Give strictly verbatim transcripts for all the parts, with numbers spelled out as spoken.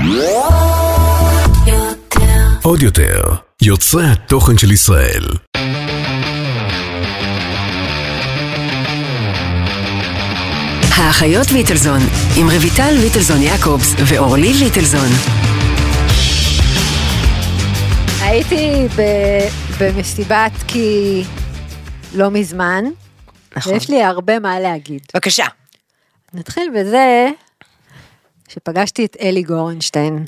עוד יותר, יוצרי התוכן של ישראל. האחיות ליטלזון, עם רויטל ליטלזון יעקובס ואורלי ליטלזון. הייתי במסיבת כי לא מזמן, נכון. ויש לי הרבה מה להגיד. בבקשה. נתחיל בזה שפגשתי את אלי גורנשטיין.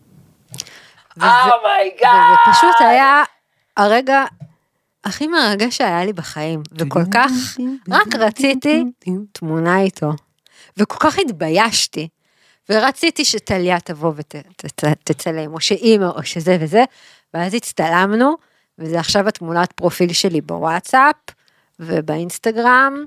אומייגאד! וזה פשוט היה הרגע הכי מרגש שהיה לי בחיים, וכל כך רק רציתי תמונה איתו, וכל כך התביישתי, ורציתי שטליה תבוא ותצלם, או שאימא, או שזה וזה, ואז הצטלמנו, וזה עכשיו התמונת פרופיל שלי בוואטסאפ, ובאינסטגרם,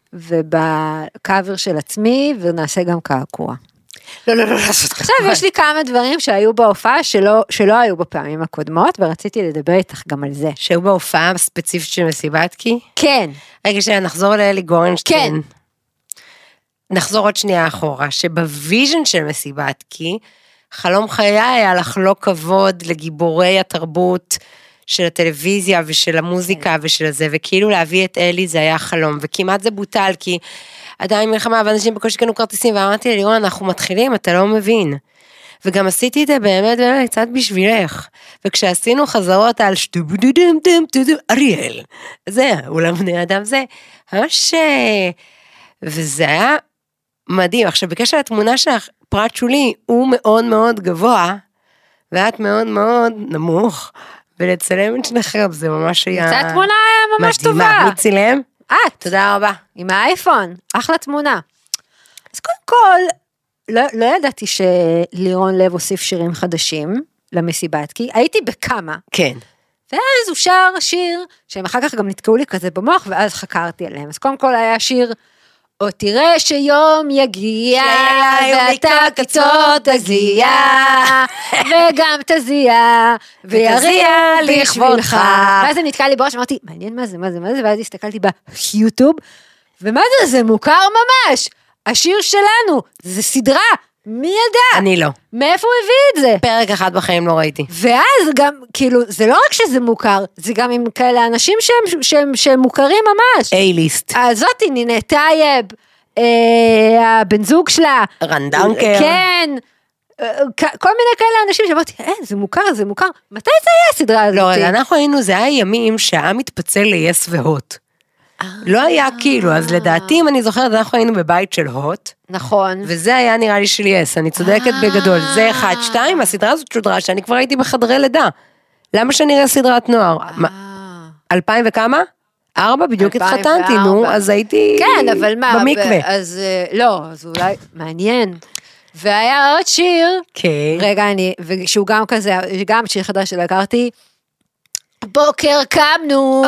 ובקאבר של עצמי, ונעשה גם קעקוע. לא, לא, לא, לעשות ככה. עכשיו יש לי כמה דברים שהיו בהופעה שלא, שלא היו בפעמים הקודמות, ורציתי לדבר איתך גם על זה. שהיו בהופעה ספציפית של מסיבתקי? כן. רגע שנייה, נחזור לאלי גורנשטיין. כן. נחזור עוד שנייה אחורה, שבוויז'ן של מסיבתקי, חלום חיי היה לחלוק כבוד לגיבורי התרבות של הטלוויזיה ושל המוזיקה ושל זה, וכאילו להביא את אלי זה היה חלום, וכמעט זה בוטל, כי עדיין מלחמה, ואנשים בקושי קנו כרטיסים, ואמרתי לי, לירון, אנחנו מתחילים, אתה לא מבין. וגם עשיתי את זה באמת, באמת, קצת בשבילך. וכשעשינו חזרות על שטובודודום, אריאל, זה, אולם בני אדם זה, ממש, וזה היה מדהים. עכשיו, בקשר לתמונה שלך, פרט שולי, הוא מאוד מאוד גבוה, ואת מאוד מאוד נמוך, ולצלם את שניכם, זה ממש היה... יצאה תמונה ממש טובה. מדהימה, מי צילם? את. תודה רבה. עם האייפון, אחלה תמונה. אז קודם כל, לא, לא ידעתי שלירון לב הוסיף שירים חדשים למסיבתקי, הייתי בכמה. כן. ואז הוא שר שיר, שהם אחר כך גם נתקעו לי כזה במוח, ואז חקרתי עליהם. אז קודם כל היה שיר, או תראה שיום יגיע, ואתה קיצות תזיע, וגם תזיע, ויריע לכבודך. ואז זה נתקע לי בראש, אמרתי, מעניין מה זה, מה זה, מה זה, ואז הסתכלתי ביוטיוב, ומה זה, זה מוכר ממש, השיר שלנו, זה סדרה, מי ידע? אני לא. מאיפה הוא הביא את זה? פרק אחד בחיים לא ראיתי. ואז גם, כאילו, זה לא רק שזה מוכר, זה גם עם כאלה אנשים שהם, שהם, שהם מוכרים ממש. A-ליסט. הזאתי, נינה טייב, אה, הבן זוג שלה. רנדנקר. כן. אה, כל מיני כאלה אנשים שאמרתי, אה, זה מוכר, זה מוכר. מתי זה היה הסדרה הזאת? לא, רגע, אנחנו היינו, זה היה ימים שהעם מתפצל ל-yes והוט. לא היה כאילו, אז לדעתי, אם אני זוכרת, אנחנו היינו בבית של הוט. נכון. וזה היה נראה לי של yes, אני צודקת בגדול. זה אחד, שתיים, הסדרה הזאת שודרה שאני כבר הייתי בחדרי לידה. למה שאני אראה סדרת נוער? אלפיים וכמה? ארבע, בדיוק התחתנתי, נו, אז הייתי כן, אבל מה? במקווה. אז לא, אז אולי, מעניין. והיה עוד שיר, רגע, אני, ושהוא גם כזה, גם שיר חדש שלא הכרתי, בוקר קמנו,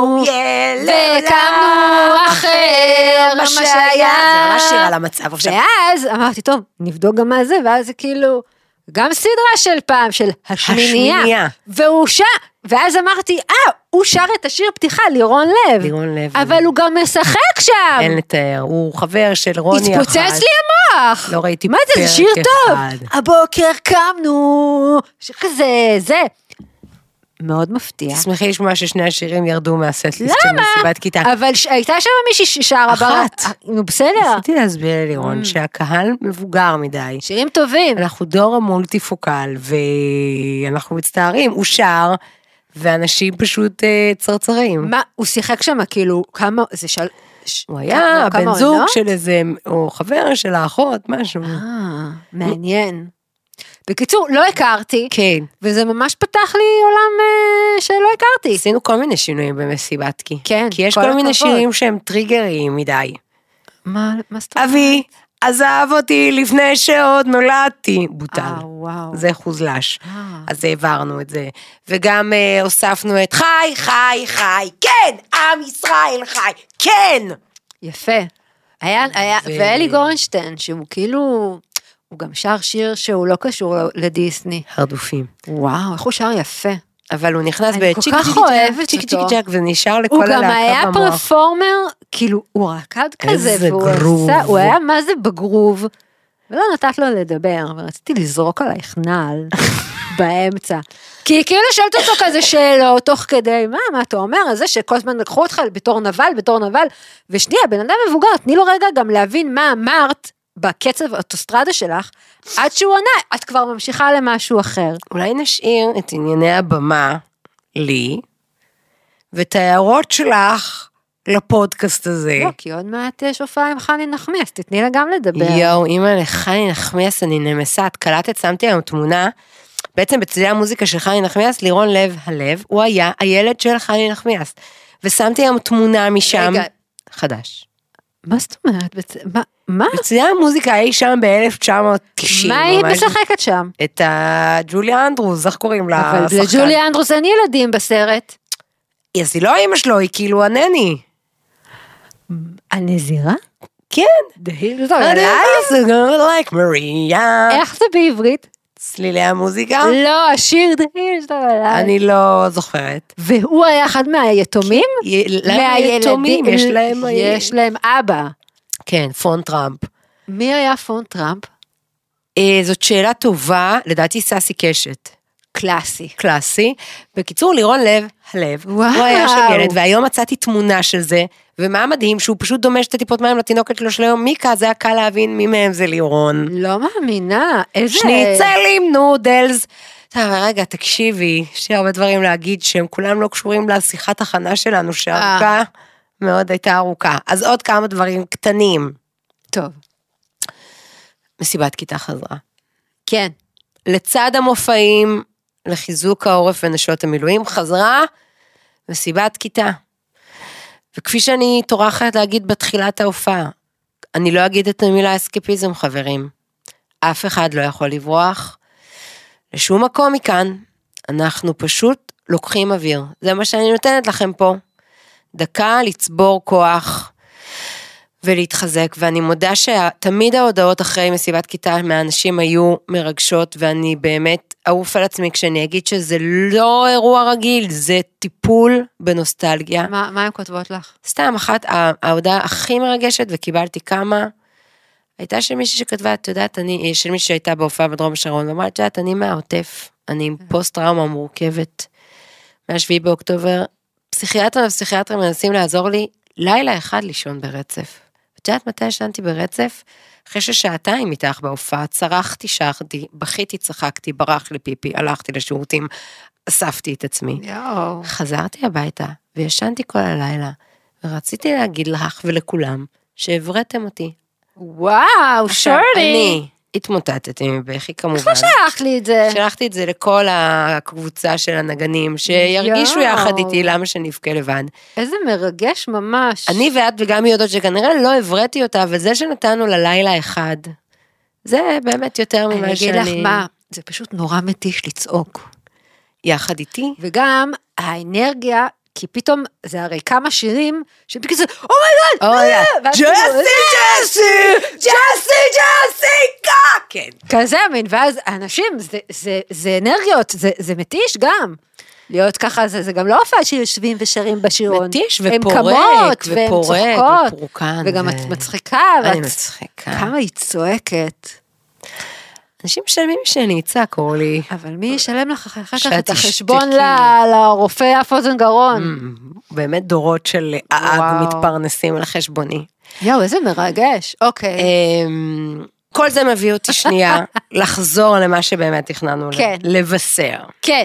וקמנו אחר, מה שהיה. זה ממש שיר על המצב עכשיו. ואז אמרתי, טוב, נבדוק גם מה זה, ואז זה כאילו, גם סדרה של פעם, של השמינייה. והוא שר, ואז אמרתי, אה, הוא שר את השיר פתיחה, לירון לב. לירון לב. אבל הוא גם משחק שם. אין לתאר, הוא חבר של רוני אחד. התפוצץ לי המוח. לא ראיתי פרק אחד. מה זה, זה שיר טוב. הבוקר קמנו, שכזה, זה. מאוד מפתיע. תשמחי לשמוע ששני השירים ירדו מהסט ליסט של למה? מסיבת כיתה. אבל הייתה שם מישהי ששרה ברת. נו, בסדר. ניסיתי להסביר ללירון שהקהל מבוגר מדי. שירים טובים. אנחנו דור המולטיפוקל, ואנחנו מצטערים, הוא שר, ואנשים פשוט צרצרים. מה, הוא שיחק שם כאילו, כמה, זה של... הוא היה בן זוג של איזה, או חבר של האחות, משהו. אה, מעניין. בקיצור, לא הכרתי, כן. וזה ממש פתח לי עולם אה, שלא הכרתי. עשינו כל מיני שינויים במסיבתקי. כן, כי יש כל, כל מיני שירים שהם טריגריים מדי. מה, מה זאת אומרת? אבי, עזב אותי לפני שעוד נולדתי. בוטל. אה, וואו. זה חוזלש. אה. אז העברנו את זה. וגם אה, הוספנו את חי, חי, חי, כן, עם ישראל חי, כן. יפה. היה, היה, ו... ואלי גורנשטיין, שהוא כאילו... הוא גם שר שיר שהוא לא קשור לדיסני. הרדופים. וואו, איך הוא שר יפה. אבל הוא נכנס בצ'יק צ'יק צ'יק צ'יק ונשאר לכל הלהקה במוח. הוא גם היה פרפורמר, כאילו, הוא רקד כזה, והוא עשה, הוא היה מה זה בגרוב, ולא נתת לו לדבר, ורציתי לזרוק עלייך נעל באמצע. כי היא כאילו שואלת אותו כזה שאלות, תוך כדי, מה, מה אתה אומר? אז זה שכל הזמן לקחו אותך בתור נבל, בתור נבל, ושנייה, בן אדם מבוגר, תני לו רגע גם להבין מה אמרת בקצב האוטוסטרדה שלך, עד שהוא עונה, את כבר ממשיכה למשהו אחר. אולי נשאיר את ענייני הבמה לי, ואת ההערות שלך לפודקאסט הזה. לא, כי עוד מעט יש הופעה עם חני נחמיאס, תתני לה גם לדבר. יואו, אמא לחני נחמיאס, אני נמסה, את קלטת, שמתי היום תמונה, בעצם בצדי המוזיקה של חני נחמיאס, לירון לב הלב, הוא היה הילד של חני נחמיאס, ושמתי היום תמונה משם, רגע. חדש. מה זאת אומרת? בצ... מה? מה? בצדי המוזיקה היא שם ב-אלף תשע מאות תשעים. מה היא משחקת שם? את הג'וליה אנדרוס, איך קוראים לה? אבל לג'וליה אנדרוס אין ילדים בסרט. אז היא לא אמא שלו, היא כאילו הנני. הנזירה? כן. The Hills of And Life? I used to go like Maria. איך זה בעברית? צלילי המוזיקה? לא, השיר The Hills of Life. אני לא זוכרת. והוא היה אחד מהיתומים? למה יתומים? יש להם... יש להם אבא. כן, פון טראמפ. מי היה פון טראמפ? זאת שאלה טובה, לדעתי ססי קשת. קלאסי. קלאסי. בקיצור, לירון לב, הלב, וואו. הוא היה שם ילד, והיום מצאתי תמונה של זה, ומה מדהים, שהוא פשוט דומה שתי טיפות מים לתינוקת שלו של היום, מיקה, זה היה קל להבין מי מהם זה לירון. לא מאמינה, איזה... שניצלים, נודלס. טוב, רגע, תקשיבי, יש לי הרבה דברים להגיד, שהם כולם לא קשורים לשיחת הכנה שלנו, שארוכה מאוד הייתה ארוכה. אז עוד כמה דברים קטנים. טוב. מסיבת כיתה חזרה. כן. לצד המופעים, לחיזוק העורף ונשות המילואים, חזרה מסיבת כיתה. וכפי שאני טורחת להגיד בתחילת ההופעה, אני לא אגיד את המילה אסקפיזם, חברים. אף אחד לא יכול לברוח לשום מקום מכאן. אנחנו פשוט לוקחים אוויר. זה מה שאני נותנת לכם פה. דקה לצבור כוח ולהתחזק, ואני מודה שתמיד ההודעות אחרי מסיבת כיתה מהאנשים היו מרגשות, ואני באמת אעוף על עצמי כשאני אגיד שזה לא אירוע רגיל, זה טיפול בנוסטלגיה. מה, מה הם כותבות לך? סתם אחת, ההודעה הכי מרגשת, וקיבלתי כמה, הייתה של מישהי שכתבה, את יודעת, אני, של מישהי שהייתה בהופעה בדרום השרון, ואמרה, את יודעת, אני מהעוטף, אני עם פוסט טראומה מורכבת, מהשביעי באוקטובר, פסיכיאטרים ופסיכיאטרים מנסים לעזור לי, לילה אחד לישון ברצף. את יודעת מתי ישנתי ברצף? אחרי ששעתיים איתך בהופעה, צרחתי, שרתי, בכיתי, צחקתי, ברח לי פיפי, הלכתי לשירותים, אספתי את עצמי. יואו. חזרתי הביתה, וישנתי כל הלילה, ורציתי להגיד לך ולכולם, שהברתם אותי. וואו, שורלי. אני התמוטטתי מבכי כמובן. איך לא שלחת לי את זה? שלחתי את זה לכל הקבוצה של הנגנים, שירגישו יואו. יחד איתי, למה שנבכה לבד. איזה מרגש ממש. אני ואת וגם יודעות שכנראה לא הבראתי אותה, אבל זה שנתנו ללילה אחד, זה באמת יותר ממה שאני... אני אגיד לך מה, זה פשוט נורא מתיש לצעוק. יחד איתי? וגם האנרגיה, כי פתאום זה הרי כמה שירים, שבכזה, אומייגאד, ג'סי, ג'סי, ג'סי, ג'סיקה! כן. כזה מין, ואז האנשים, זה, זה, זה אנרגיות, זה, זה מתיש גם. להיות ככה, זה, זה גם לא הופעה שיושבים ושרים בשירון. מתיש הם ופורק, קמות, והן ופורק, צוחקות, ופורקן. וגם ו... את מצחיקה, אני ואת... מצחיקה. כמה היא צועקת. אנשים משלמים שאני אצעק, אורלי. אבל מי ישלם לך אחר כך שאת את החשבון תשתקי. ל- לרופא אף אוזן גרון? באמת דורות של אג וואו. מתפרנסים על חשבוני. יואו, איזה מרגש. אוקיי. אמ, כל זה מביא אותי שנייה לחזור למה שבאמת תכננו כן. לבשר. כן.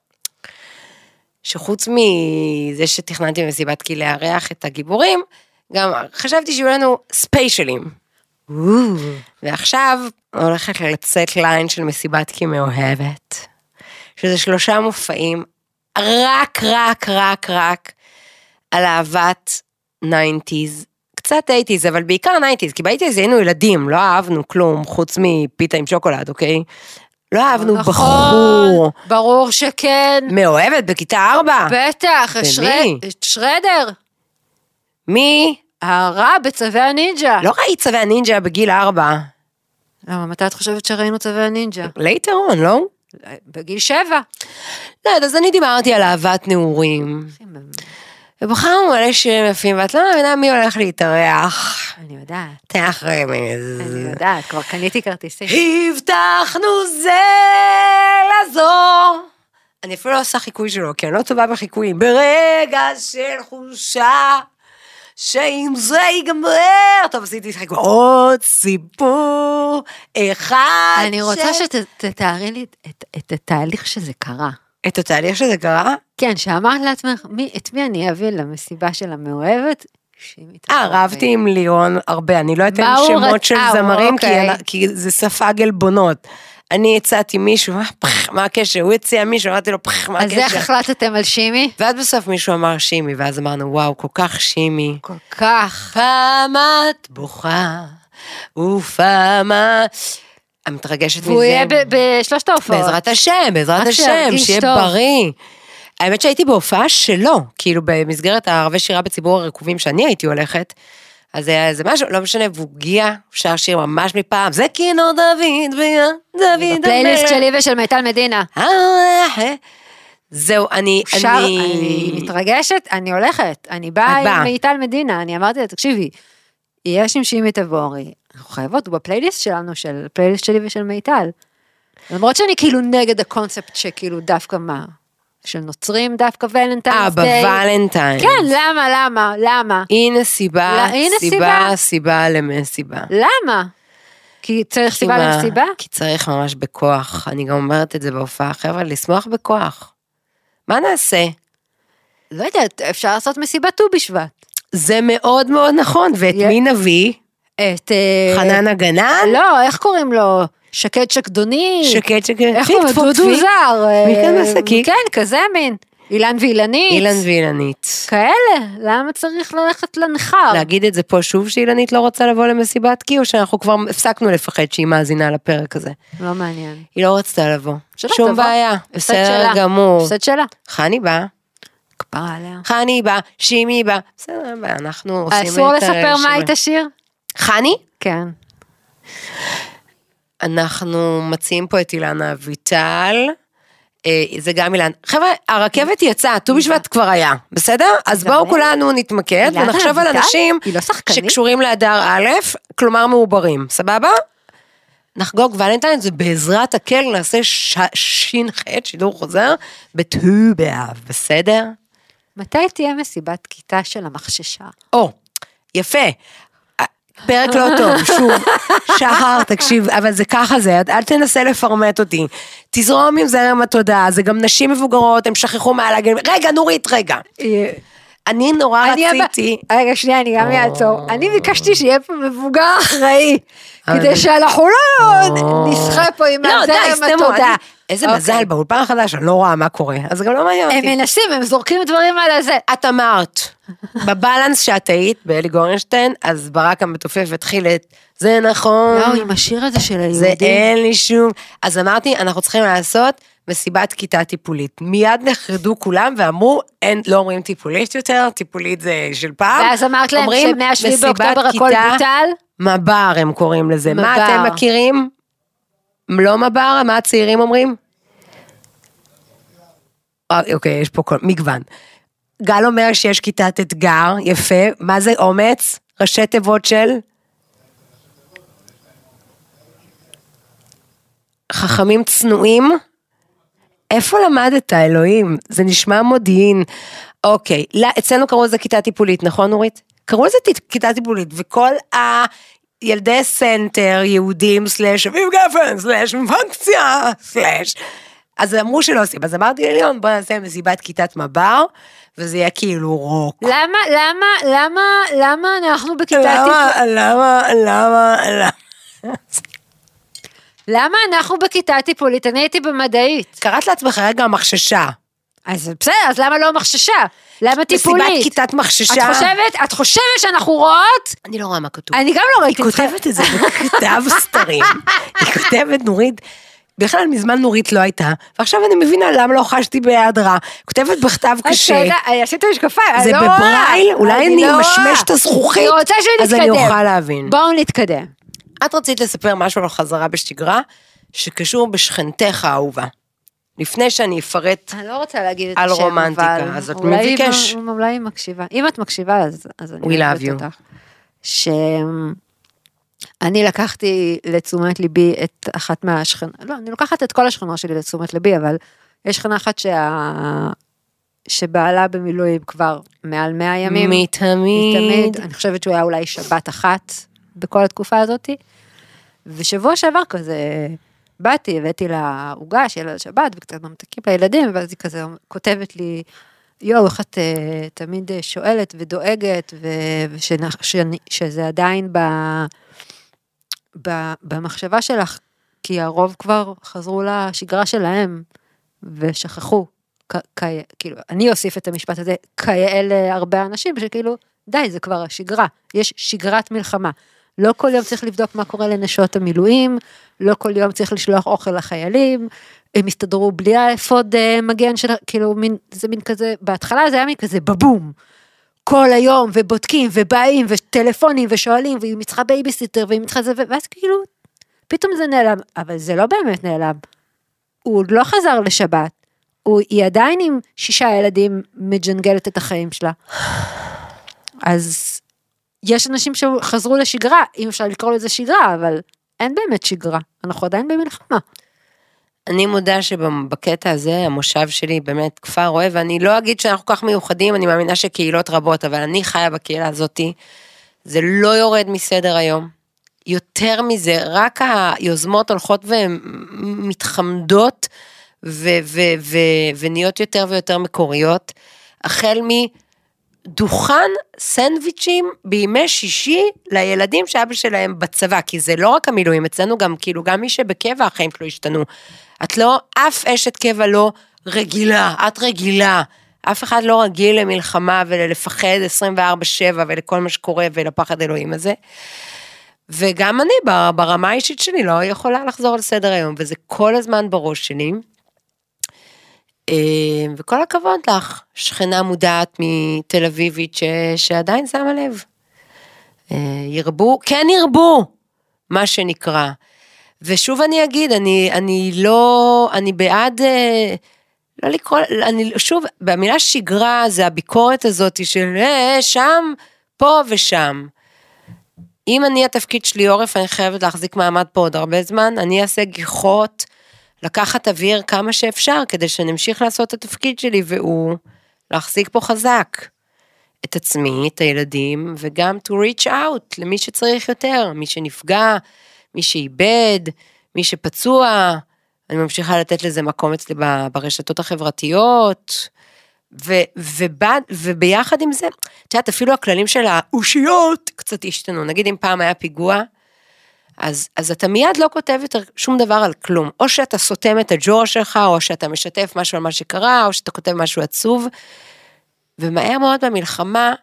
שחוץ מזה שתכננתי במסיבת כי לארח את הגיבורים, גם חשבתי שיהיו לנו ספיישלים. ועכשיו הולכת לצאת ליין של מסיבת כי מאוהבת, שזה שלושה מופעים, רק, רק, רק, רק, על אהבת ניינטיז, קצת אייטיז, אבל בעיקר ניינטיז, כי באייטיז היינו ילדים, לא אהבנו כלום, חוץ מפיתה עם שוקולד, אוקיי? לא אהבנו נכון, בחור. ברור שכן. מאוהבת בכיתה ארבע. בטח, ומי? שר- שרדר. מי? הרע בצווי הנינג'ה. לא ראית צווי הנינג'ה בגיל ארבע. למה, מתי את חושבת שראינו צווי הנינג'ה? ליתרון, לא? בגיל שבע. לא, אז אני דיברתי על אהבת נעורים. ובחרנו מלא שירים יפים, ואת לא מבינה מי הולך להתארח. אני יודעת. תח רמז. אני יודעת, כבר קניתי כרטיסים. הבטחנו זה לזו. אני אפילו לא עושה חיקוי שלו, כי אני לא טובה בחיקויים. ברגע של חושה, שאם זה ייגמר, טוב, עשיתי חיקוי. עוד סיפור אחד. אני רוצה שתתארי לי את התהליך שזה קרה. את התהליך שזה קרה? כן, שאמרת לעצמך, את מי אני אביא למסיבה של המאוהבת? אה, רבתי עם לירון הרבה, אני לא אתן שמות של זמרים, כי זה ספג עלבונות. אני הצעתי מישהו, מה הקשר? הוא הציע מישהו, אמרתי לו, מה הקשר? אז איך החלטתם על שימי? ואז בסוף מישהו אמר שימי, ואז אמרנו, וואו, כל כך שימי. כל כך. פעם את בוכה, ופעם את... אני מתרגשת מזה. והוא יהיה בשלושת ההופעות. בעזרת השם, בעזרת השם, שיהיה בריא. האמת שהייתי בהופעה שלו, כאילו במסגרת הערבי שירה בציבור הרקובים שאני הייתי הולכת, אז זה משהו, לא משנה, והוא הגיע, שר שיר ממש מפעם, זה כינור דוד, דוד, בפלייליסט שלי ושל מיטל מדינה. זהו, אני... שר, אני מתרגשת, אני הולכת, אני באה עם מיטל מדינה, אני אמרתי לה, תקשיבי, יש עם שימי תבורי, אנחנו חייבות, הוא בפלייליסט שלנו, של פלייליסט שלי ושל מיטל. למרות שאני כאילו נגד הקונספט שכאילו דווקא מה, של נוצרים דווקא ולנטיינס דיי. אה, בוולנטיינס. כן, למה, למה, למה? הנה סיבה, הנה סיבה, סיבה למסיבה. למה? כי צריך סיבה למסיבה? כי צריך ממש בכוח, אני גם אומרת את זה בהופעה, חבר'ה, לשמוח בכוח. מה נעשה? לא יודעת, אפשר לעשות מסיבה ט"ו בשבט. זה מאוד מאוד נכון, ואת מי נביא? את... חנן הגנן? לא, איך קוראים לו? שקד שקדוני. שקד שקדוני. איך קוראים? דודו זר. מי כאן מסקיק? כן, כזה מין. אילן ואילנית. אילן ואילנית. כאלה, למה צריך ללכת לנחר? להגיד את זה פה שוב שאילנית לא רוצה לבוא למסיבת קי, או שאנחנו כבר הפסקנו לפחד שהיא מאזינה לפרק הזה? לא מעניין. היא לא רצתה לבוא. שום בעיה. בסדר גמור. הפסד שלה. חני בא. כפרה עליה. חני בא, שימי בא. בסדר, אנחנו עושים את... אסור לספר מה היית השיר? חני? כן. אנחנו מציעים פה את אילנה אביטל, זה גם אילן. חבר'ה, הרכבת יצאה, ט"ו בשבט כבר היה, בסדר? אז בואו כולנו נתמקד ונחשב על אנשים שקשורים לאדר א', כלומר מעוברים, סבבה? נחגוג ולנטיינס, ובעזרת הקל נעשה ש"ח, שידור חוזר, בט"ו באב, בסדר? מתי תהיה מסיבת כיתה של המחששה? או, יפה. פרק לא טוב, שוב, שחר, תקשיב, אבל זה ככה זה, אל תנסה לפרמט אותי, תזרום עם זרם התודעה, זה גם נשים מבוגרות, הם שכחו מעל הגן, רגע, נורית, רגע. אני נורא רציתי. רגע, שנייה, אני גם אעצור. אני ביקשתי שיהיה פה מבוגר אחראי, כדי שאנחנו לא נסחה פה עם זרם התודעה. איזה מזל, באולפן החדש, אני לא רואה מה קורה, אז גם לא מעניין אותי. הם מנסים, הם זורקים דברים על הזה. את אמרת, בבלנס שאת היית, באלי גורנשטיין, אז ברק המתופף התחיל את, זה נכון. לא, עם השיר הזה של היהודים. זה אין לי שום. אז אמרתי, אנחנו צריכים לעשות מסיבת כיתה טיפולית. מיד נחרדו כולם ואמרו, אין, לא אומרים טיפולית יותר, טיפולית זה של פעם. ואז אמרת להם שמהשביעי באוקטובר הכל בוטל. מבר הם קוראים לזה. מה אתם מכירים? לא מבר, מה הצעירים אומרים? אוקיי, יש פה כל, מגוון. גל אומר שיש כיתת אתגר, יפה, מה זה אומץ? ראשי תיבות של? חכמים צנועים? איפה למדת, אלוהים? זה נשמע מודיעין. אוקיי, לא, אצלנו קראו לזה כיתה טיפולית, נכון נורית? קראו לזה כיתה טיפולית, וכל הילדי סנטר, יהודים, סלש, אביב גפן, סלש, פונקציה, סלש, אז אמרו שלא עושים, אז אמרתי לליון, בוא נעשה מסיבת כיתת מב"ר, וזה יהיה כאילו רוק. למה, למה, למה, למה אנחנו בכיתת טיפולית? למה, למה, למה, למה? למה אנחנו בכיתה טיפולית? אני הייתי במדעית. קראת לעצמך רגע מחששה. אז בסדר, אז למה לא מחששה? למה טיפולית? מסיבת כיתת מחששה. את חושבת, את חושבת שאנחנו רואות? אני לא רואה מה כתוב. אני גם לא ראיתי. היא כותבת את זה בכתב סתרים. היא כותבת נורית, בכלל מזמן נורית לא הייתה, ועכשיו אני מבינה למה לא חשתי בהיעדרה. כותבת בכתב קשה. עשית משקפיים, זה בברייל, אולי אני משמש את הזכוכית, אז אני אוכל להבין. בואו נתקדם. את רצית לספר משהו על חזרה בשגרה, שקשור בשכנתך האהובה. לפני שאני אפרט אני לא רוצה להגיד את על השם, רומנטיקה, אבל אז את אולי היא- מבקש. אולי היא מקשיבה. אם את מקשיבה, אז, אז אני We love אוהבת you. אותך. שאני לקחתי לתשומת ליבי את אחת מהשכנות, לא, אני לוקחת את כל השכנות שלי לתשומת ליבי, אבל יש שכנה אחת שה... שבעלה במילואים כבר מעל מאה ימים. מתמיד. מתמיד. אני חושבת שהוא היה אולי שבת אחת בכל התקופה הזאת. ושבוע שעבר כזה, באתי, הבאתי לה עוגה, שיהיה לה שבת, וקצת ממתקים לילדים, ואז היא כזה כותבת לי, יואו, איך את uh, תמיד שואלת ודואגת, ו- ושנ- שאני- שזה עדיין ב, ב, במחשבה שלך, כי הרוב כבר חזרו לשגרה שלהם, ושכחו, כ- כ- כאילו, אני אוסיף את המשפט הזה, כאלה הרבה אנשים, שכאילו, די, זה כבר השגרה, יש שגרת מלחמה. לא כל יום צריך לבדוק מה קורה לנשות המילואים, לא כל יום צריך לשלוח אוכל לחיילים, הם הסתדרו בלי האפוד מגן של, כאילו, מין, זה מין כזה, בהתחלה זה היה מין כזה בבום, כל היום, ובודקים, ובאים, וטלפונים, ושואלים, והיא מצחה בייביסיטר, והיא מצחה זה, ואז כאילו, פתאום זה נעלם, אבל זה לא באמת נעלם. הוא לא חזר לשבת, הוא, היא עדיין עם שישה ילדים מג'נגלת את החיים שלה. אז יש אנשים שחזרו לשגרה, אם אפשר לקרוא לזה שגרה, אבל אין באמת שגרה, אנחנו עדיין במלחמה. אני מודה שבקטע הזה, המושב שלי באמת כפר רואה, ואני לא אגיד שאנחנו כך מיוחדים, אני מאמינה שקהילות רבות, אבל אני חיה בקהילה הזאת, זה לא יורד מסדר היום. יותר מזה, רק היוזמות הולכות ומתחמדות, ו- ו- ו- ונהיות יותר ויותר מקוריות, החל מדוכן סנדוויצ'ים בימי שישי לילדים שאבא שלהם בצבא, כי זה לא רק המילואים, אצלנו גם, כאילו, גם מי שבקבע החיים שלו השתנו. את לא, אף אשת קבע לא רגילה, את רגילה. אף אחד לא רגיל למלחמה ולפחד עשרים וארבע שבע ולכל מה שקורה ולפחד אלוהים הזה. וגם אני ברמה האישית שלי לא יכולה לחזור לסדר היום, וזה כל הזמן בראש שלי. וכל הכבוד לך, שכנה מודעת מתל אביבית ש... שעדיין שמה לב. ירבו, כן ירבו, מה שנקרא. ושוב אני אגיד, אני, אני לא, אני בעד, לא לקרוא, אני, שוב, במילה שגרה זה הביקורת הזאת של אה, שם, פה ושם. אם אני התפקיד שלי עורף, אני חייבת להחזיק מעמד פה עוד הרבה זמן, אני אעשה גיחות, לקחת אוויר כמה שאפשר, כדי שנמשיך לעשות את התפקיד שלי, והוא להחזיק פה חזק את עצמי, את הילדים, וגם to reach out למי שצריך יותר, מי שנפגע, מי שאיבד, מי שפצוע, אני ממשיכה לתת לזה מקום אצלי ברשתות החברתיות, ו, ובד, וביחד עם זה, את יודעת, אפילו הכללים של האושיות קצת השתנו, נגיד אם פעם היה פיגוע, אז, אז אתה מיד לא כותב יותר שום דבר על כלום, או שאתה סותם את הג'ורה שלך, או שאתה משתף משהו על מה שקרה, או שאתה כותב משהו עצוב, ומהר מאוד במלחמה,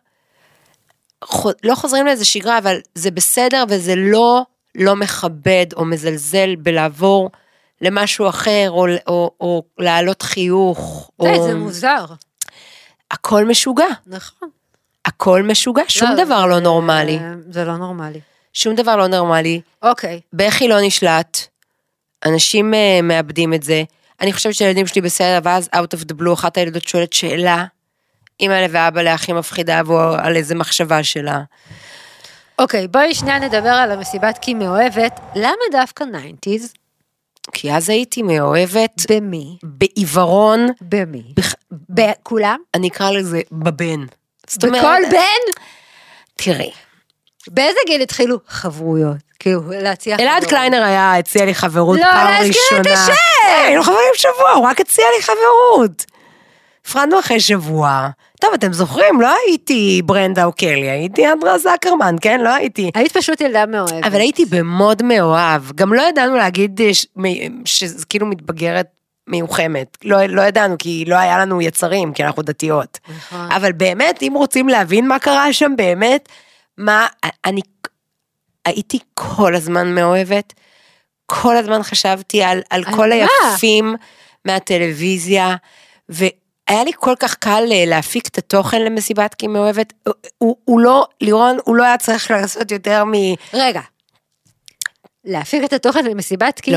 לא חוזרים לאיזה שגרה, אבל זה בסדר, וזה לא, לא מכבד, או מזלזל בלעבור למשהו אחר, או, או, או לעלות חיוך. די, או... זה מוזר. הכל משוגע. נכון. הכל משוגע, שום לא, דבר זה, לא נורמלי. זה לא נורמלי. שום דבר לא נורמלי. אוקיי. בכי לא נשלט, אנשים uh, מאבדים את זה, אני חושבת שהילדים שלי בסדר, ואז out of the blue, אחת הילדות שואלת שאלה, אמא לה ואבא לה הכי מפחידה, ועל איזה מחשבה שלה. אוקיי, בואי שנייה נדבר על המסיבת כי מאוהבת, למה דווקא תשעים? כי אז הייתי מאוהבת, במי? בעיוורון, במי? בח... בכולם? אני אקרא לזה בבן. בכל בן? תראי. באיזה גיל התחילו חברויות? כאילו, להציע חברות. אלעד קליינר היה, הציע לי חברות לא, פעם להזכיר ראשונה. את השם! היינו חברים שבוע, הוא רק הציע לי חברות. הפרדנו אחרי שבוע. טוב, אתם זוכרים, לא הייתי ברנדה או קלי, הייתי אנדרה זקרמן, כן? לא הייתי. היית פשוט ילדה מאוהבת. אבל הייתי במוד מאוהב. גם לא ידענו להגיד ש... שזה כאילו מתבגרת מיוחמת. לא, לא ידענו, כי לא היה לנו יצרים, כי אנחנו דתיות. נכון. אבל באמת, אם רוצים להבין מה קרה שם, באמת, מה, אני הייתי כל הזמן מאוהבת, כל הזמן חשבתי על, על כל מה? היפים מהטלוויזיה, והיה לי כל כך קל להפיק את התוכן למסיבת כי מאוהבת, הוא, הוא לא, לירון, הוא לא היה צריך לעשות יותר מ... רגע, להפיק את התוכן למסיבת כי... לא,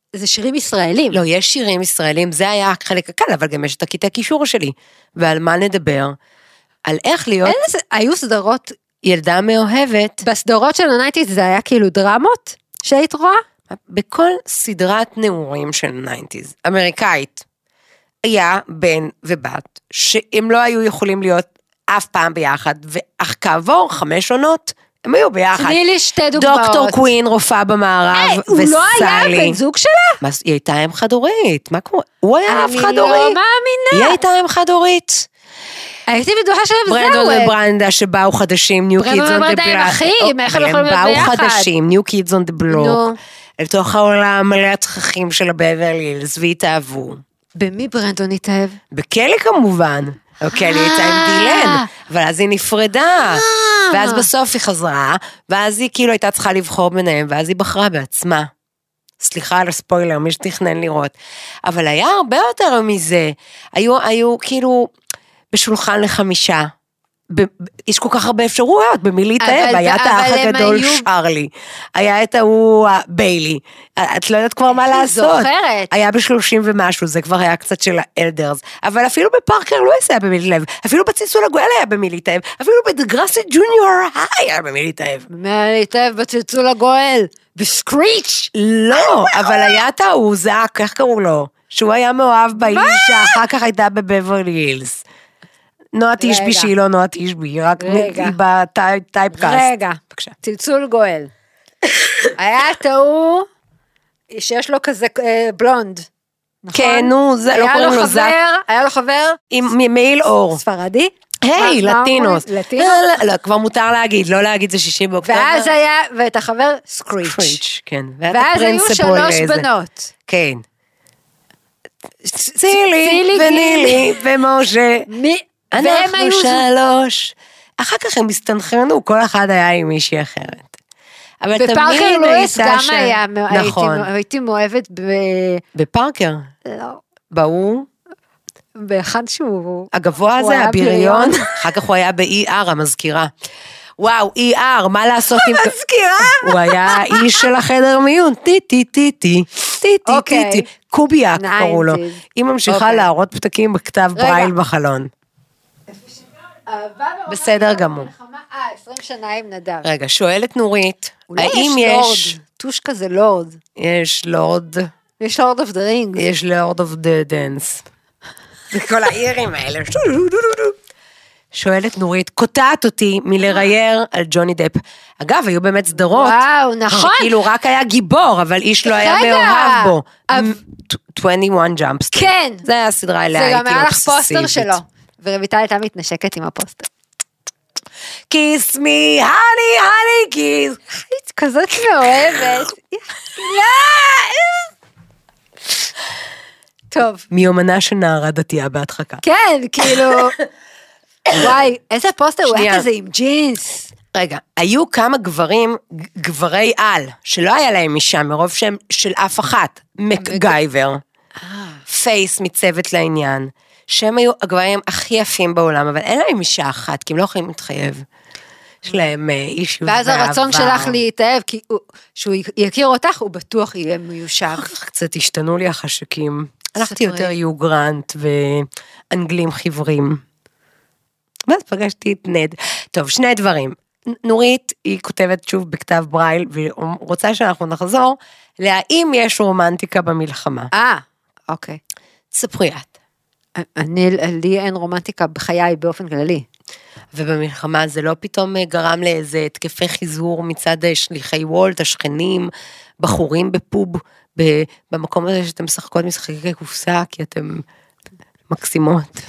זה שירים ישראלים. לא, יש שירים ישראלים, זה היה החלק הקל, אבל גם יש את הקטעי קישור שלי. ועל מה נדבר? על איך להיות... איזה, היו סדרות... ילדה מאוהבת. בסדרות של הנייטיז זה היה כאילו דרמות שהיית רואה? בכל סדרת נעורים של ניינטיז, אמריקאית, היה בן ובת, שהם לא היו יכולים להיות אף פעם ביחד, ואך כעבור חמש עונות, הם היו ביחד. תני לי שתי דוגמאות. דוקטור קווין, רופאה במערב, היי, הוא לא היה בן זוג שלה? מה, היא הייתה אם חד-הורית, מה קורה? הוא היה אף חד-הורית. אני לא מאמינה. היא הייתה אם חד-הורית. הייתי בטוחה שלהם זהו. ברנדון וברנדה שבאו חדשים, ניו קידס און דה בלוק. ברנדון וברנדה הם אחים, איך הם יכולים להיות ביחד? הם באו חדשים, ניו קידס און דה בלוק. אל תוך העולם מלא הצחכים של הבברלי הילס, והתאהבו. במי ברנדון התאהב? בקלי כמובן. קלי הייתה עם דילן, אבל אז היא נפרדה. ואז בסוף היא חזרה, ואז היא כאילו הייתה צריכה לבחור ביניהם, ואז היא בחרה בעצמה. סליחה על הספוילר, מי שתכנן לראות. אבל היה הרבה יותר מזה. היו, היו כאילו בשולחן לחמישה. ב- יש כל כך הרבה אפשרויות, במי להתאהב, היה את האח הגדול היו... שרלי, היה את ההוא ביילי, את לא יודעת כבר מה לעשות, זוכרת. היה בשלושים ומשהו, זה כבר היה קצת של האלדרס, אבל אפילו בפארקר לואיס היה במי להתאהב, אפילו בצלצול הגואל היה במי להתאהב, אפילו בדגרסי ג'וניור היה במי להתאהב. במי להתאהב בצלצול הגואל, בסקריץ'. לא, אבל היה את ההוא זק, איך קראו לו? שהוא היה מאוהב באיש, שאחר כך הייתה בבברלי הילס. נועה תשבי שהיא לא נועה תשבי, רק היא בטייפקאסט. רגע, צלצול גואל. היה תאו שיש לו כזה בלונד. כן, נו, זה לא קוראים לו זק. היה לו חבר. עם מעיל אור. ספרדי? היי, לטינוס. לטינוס? לא, כבר מותר להגיד, לא להגיד זה שישים באוקטובר. ואז היה, ואת החבר סקריץ'. סקריץ', כן. ואז היו שלוש בנות. כן. צילי ונילי ומשה. מי? אנחנו שלוש, אחר כך הם הסתנכרנו, כל אחד היה עם מישהי אחרת. אבל בפארקר לואיס גם ש... היה, נכון. הייתי, הייתי מאוהבת ב... בפארקר? לא. באו? באחד שהוא... הגבוה הזה, הבריון, אחר כך הוא היה ב-אי אר, המזכירה. וואו, אי אר, מה לעשות עם... המזכירה? הוא היה איש של החדר מיון, טי טי טי טי, טי טי טי, קוביאק קראו לו. היא ממשיכה להראות פתקים בכתב ברייל בחלון. בסדר גמור. אה, עשרים שנה עם נדב. רגע, שואלת נורית, האם יש... טוש כזה לורד. יש לורד. יש לורד אוף דה רינג. יש לורד אוף דה דנס. זה כל האירים האלה. שואלת נורית, קוטעת אותי מלראייר על ג'וני דפ. אגב, היו באמת סדרות. וואו, נכון. שכאילו רק היה גיבור, אבל איש לא היה מאוהב בו. עשרים ואחת ג'אמפס. כן. זה היה הסדרה אליה, הייתי אובססיבית. זה גם היה לך פוסטר שלו. ורויטל הייתה מתנשקת עם הפוסטר. כיס מי, הני, הני, כיס. היית כזאת מאוהבת. טוב. מיומנה של נערה דתייה בהדחקה. כן, כאילו... וואי, איזה פוסטר, הוא היה כזה עם ג'ינס. רגע, היו כמה גברים, גברי על, שלא היה להם אישה, מרוב שהם של אף אחת, מקגייבר, פייס מצוות לעניין, שהם היו הגברים הכי יפים בעולם, אבל אין להם אישה אחת, כי הם לא יכולים להתחייב. יש להם איש ועבר. ואז הרצון שלך להתאהב, כי שהוא יכיר אותך, הוא בטוח יהיה מיושב. קצת השתנו לי החשקים. הלכתי יותר יו גרנט ואנגלים חיוורים. ואז פגשתי את נד. טוב, שני דברים. נורית, היא כותבת שוב בכתב ברייל, והיא רוצה שאנחנו נחזור, להאם יש רומנטיקה במלחמה. אה, אוקיי. ספרי את. אני, לי אין רומנטיקה בחיי באופן כללי. ובמלחמה זה לא פתאום גרם לאיזה התקפי חיזור מצד שליחי וולט, השכנים, בחורים בפוב, במקום הזה שאתם משחקות משחקי קופסה, כי אתם מקסימות.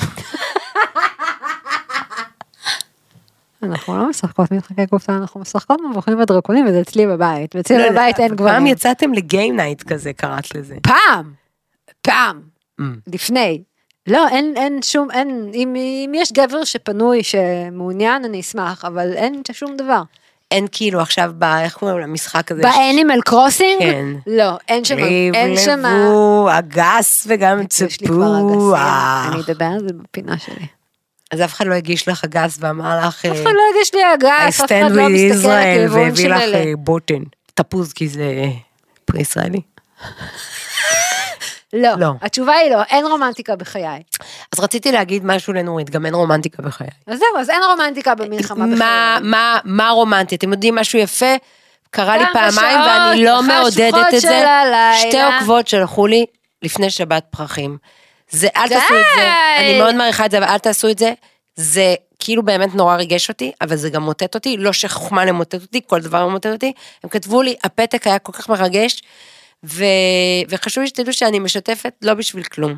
אנחנו לא משחקות משחקי קופסה, אנחנו משחקות מבוכים ודרקונים, וזה אצלי בבית, ואצלי בבית אין גברים. פעם יצאתם לגיים נייט כזה, קראת לזה. פעם, פעם, לפני. לא, אין, אין שום, אין, אם, אם יש גבר שפנוי, שמעוניין, אני אשמח, אבל אין שום דבר. אין כאילו עכשיו, ב, איך קוראים למשחק הזה? באנימל קרוסינג? כן. לא, אין שם, אין שם. לבלבו, אגס וגם צפו. יש לי כבר אגסים, אני אדבר על זה בפינה שלי. אז אף אחד לא הגיש לך אגס ואמר לך... אף אחד לא הגיש לי אגס, אף אחד לא מסתכל לכיוון של אלה. והביא לך בוטן, תפוז כי זה פרי ישראלי. לא, לא. התשובה היא לא, אין רומנטיקה בחיי. אז רציתי להגיד משהו לנורית, גם אין רומנטיקה בחיי. אז זהו, אז אין רומנטיקה במלחמה בחיי. מה, מה, מה רומנטי? אתם יודעים משהו יפה? קרה לי כמה פעמיים שעות ואני לא מעודדת חשוכות את של זה. הלילה. שתי עוקבות שלחו לי לפני שבת פרחים. זה, אל די. תעשו את זה, אני מאוד מעריכה את זה, אבל אל תעשו את זה. זה כאילו באמת נורא ריגש אותי, אבל זה גם מוטט אותי, לא שחוכמה למוטט אותי, כל דבר מוטט אותי. הם כתבו לי, הפתק היה כל כך מרגש, ו... וחשוב לי שתדעו שאני משתפת לא בשביל כלום.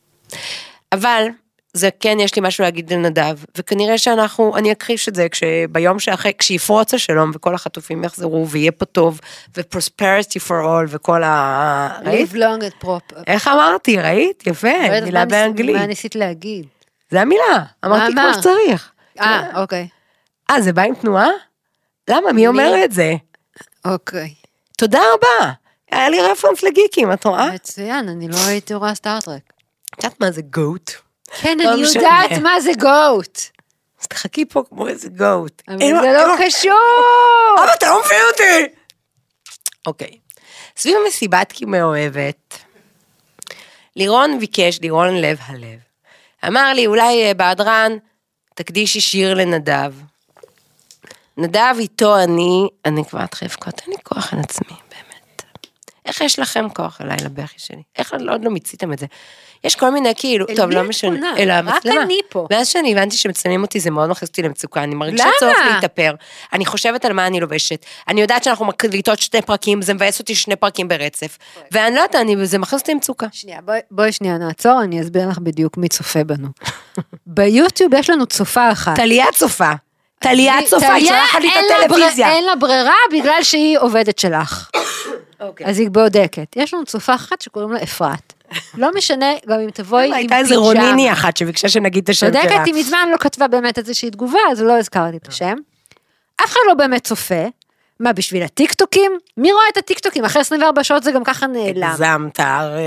אבל זה כן, יש לי משהו להגיד לנדב, וכנראה שאנחנו, אני אכחיש את זה, כשביום שאחרי, כשיפרוץ השלום, וכל החטופים יחזרו, ויהיה פה טוב, ו-prosperity for all, וכל ה... ראית? live long and proper. איך אמרתי, ראית? יפה, מילה באנגלית. מה ניסית להגיד? זה המילה, אמרתי כמו שצריך. אה, אוקיי. אה, זה בא עם תנועה? למה? מי אומר את זה? אוקיי. תודה רבה. היה לי רפרנס לגיקים, את רואה? מצוין, אני לא הייתי רואה סטארטרק. את יודעת מה זה גוט? כן, אני יודעת מה זה גוט. אז תחכי פה כמו איזה גוט. אבל זה לא קשור. אבל אתה לא מבין אותי. אוקיי. סביב המסיבת כי מאוהבת, לירון ביקש, לירון לב הלב. אמר לי, אולי בהדרן, תקדישי שיר לנדב. נדב איתו אני, אני כבר אתחיל לבכות, אין לי כוח על עצמי, באמת. איך יש לכם כוח עליי לבכי שלי? איך עוד לא מיציתם את זה? יש כל מיני כאילו, טוב, לא משנה, אלא המצלמה. רק אני פה. ואז שאני הבנתי שמצלמים אותי, זה מאוד מכניס אותי למצוקה, אני מרגישה צורך להתאפר, אני חושבת על מה אני לובשת, אני יודעת שאנחנו מקליטות שני פרקים, זה מבאס אותי שני פרקים ברצף, ואני לא יודעת, זה מכניס אותי למצוקה. שנייה, בואי שנייה נעצור, אני אסביר לך בדיוק מי צופה בנו. ביוטיוב יש לנו צופה אחת. תליה צופה. תליה צופה, היא שולחת לי את הטלוויזיה. אין לה ברירה בגלל שהיא עובדת שלך. אז היא בודקת. יש לנו צופה אחת שקוראים לה אפרת. לא משנה, גם אם תבואי עם פיג'מה. הייתה איזה רוניני אחת שביקשה שנגיד את השם שלה. צודקת, היא מזמן לא כתבה באמת איזושהי תגובה, אז לא הזכרתי את השם. אף אחד לא באמת צופה. מה, בשביל הטיקטוקים? מי רואה את הטיקטוקים? אחרי עשרים וארבע שעות זה גם ככה נעלם. הגזמת,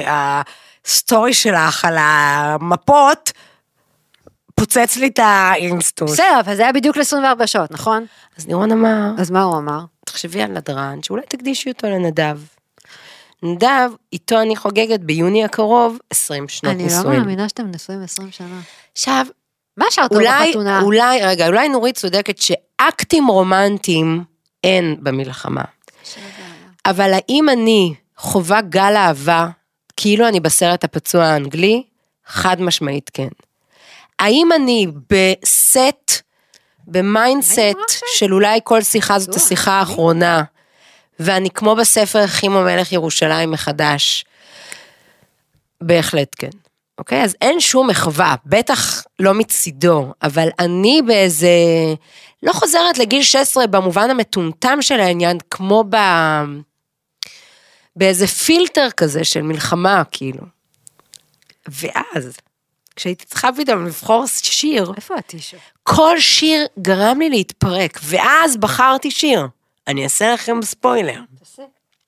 הסטורי שלך על המפות, פוצץ לי את האינסטוס. בסדר, אבל זה היה בדיוק ל-עשרים וארבע שעות, נכון? אז לירון אמר, אז מה הוא אמר? תחשבי על נדרן, שאולי תקדישי אותו לנדב. נדב, איתו אני חוגגת ביוני הקרוב, עשרים שנות נישואין. אני לא מאמינה שאתם נשואים עשרים שנה. עכשיו, מה שרת בחתונה? אולי, רגע, אולי נורית צודקת שאקטים רומנטיים אין במלחמה. אבל האם אני חובה גל אהבה, כאילו אני בסרט הפצוע האנגלי, חד משמעית כן. האם אני בסט, במיינדסט של אולי כל שיחה זאת השיחה האחרונה, ואני כמו בספר חימו מלך ירושלים מחדש, בהחלט כן. אוקיי? אז אין שום מחווה, בטח לא מצידו, אבל אני באיזה, לא חוזרת לגיל שש עשרה במובן המטומטם של העניין, כמו ב... באיזה פילטר כזה של מלחמה, כאילו. ואז, כשהייתי צריכה פתאום לבחור שיר, איפה הטישו? כל שיר גרם לי להתפרק, ואז בחרתי שיר. אני אעשה לכם ספוילר. תעשה.